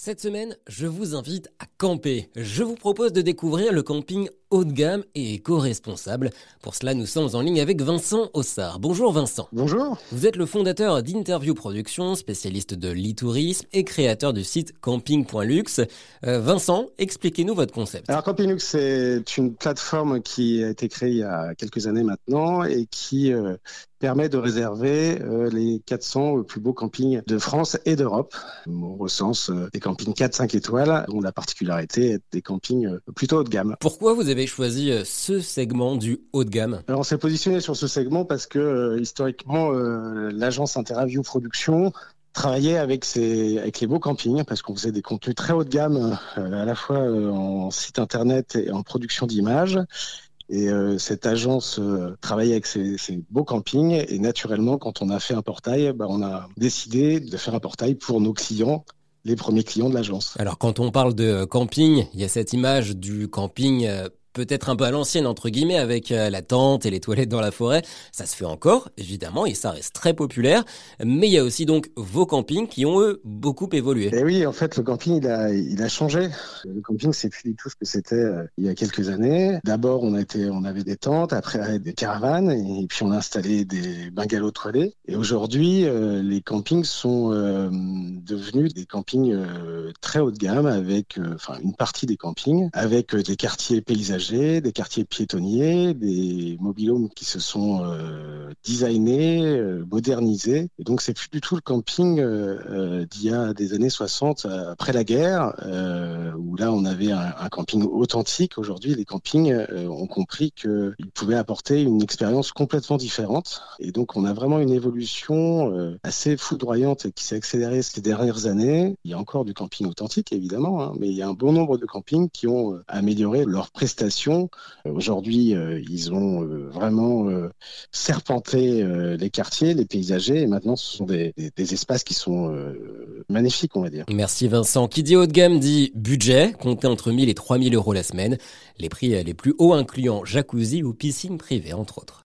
Cette semaine, je vous invite à camper. Je vous propose de découvrir le camping haut de gamme et éco-responsable. Pour cela, nous sommes en ligne avec Vincent Ossard. Bonjour Vincent. Bonjour. Vous êtes le fondateur d'Interview Productions, spécialiste de l'e-tourisme et créateur du site camping.luxe. Vincent, expliquez-nous votre concept. Alors Camping Luxe, c'est une plateforme qui a été créée il y a quelques années maintenant et qui permet de réserver les 400 plus beaux campings de France et d'Europe. On recense des campings 4-5 étoiles, dont la particularité est des campings plutôt haut de gamme. Pourquoi vous avez choisi ce segment du haut de gamme ? Alors on s'est positionné sur ce segment parce que historiquement, l'agence Interview Productions travaillait avec les beaux campings parce qu'on faisait des contenus très haut de gamme, à la fois en site internet et en production d'images. Et cette agence travaillait avec ces beaux campings et naturellement, quand on a fait un portail, on a décidé de faire un portail pour nos clients, les premiers clients de l'agence. Alors quand on parle de camping, il y a cette image du camping peut-être un peu à l'ancienne entre guillemets avec la tente et les toilettes dans la forêt. Ça se fait encore évidemment et ça reste très populaire. Mais il y a aussi donc vos campings qui ont eux beaucoup évolué. Et oui, en fait le camping il a changé. Le camping c'est plus du tout ce que c'était il y a quelques années. D'abord on avait des tentes, après des caravanes et puis on a installé des bungalows toilets. Et aujourd'hui les campings sont devenus des campings très haut de gamme avec une partie des campings avec des quartiers paysagers, des quartiers piétonniers, des mobil-homes qui se sont designés, modernisés. Et donc, c'est plus du tout le camping d'il y a des années 60, après la guerre, où là, on avait un camping authentique. Aujourd'hui, les campings ont compris qu'ils pouvaient apporter une expérience complètement différente. Et donc, on a vraiment une évolution assez foudroyante qui s'est accélérée ces dernières années. Il y a encore du camping authentique, évidemment, mais il y a un bon nombre de campings qui ont amélioré leurs prestations. Aujourd'hui, ils ont vraiment serpenté les quartiers, les paysagers, et maintenant ce sont des espaces qui sont magnifiques, on va dire. Merci Vincent. Qui dit haut de gamme dit budget, comptez entre 1 000 et 3 000 euros la semaine. Les prix les plus hauts incluant jacuzzi ou piscine privée, entre autres.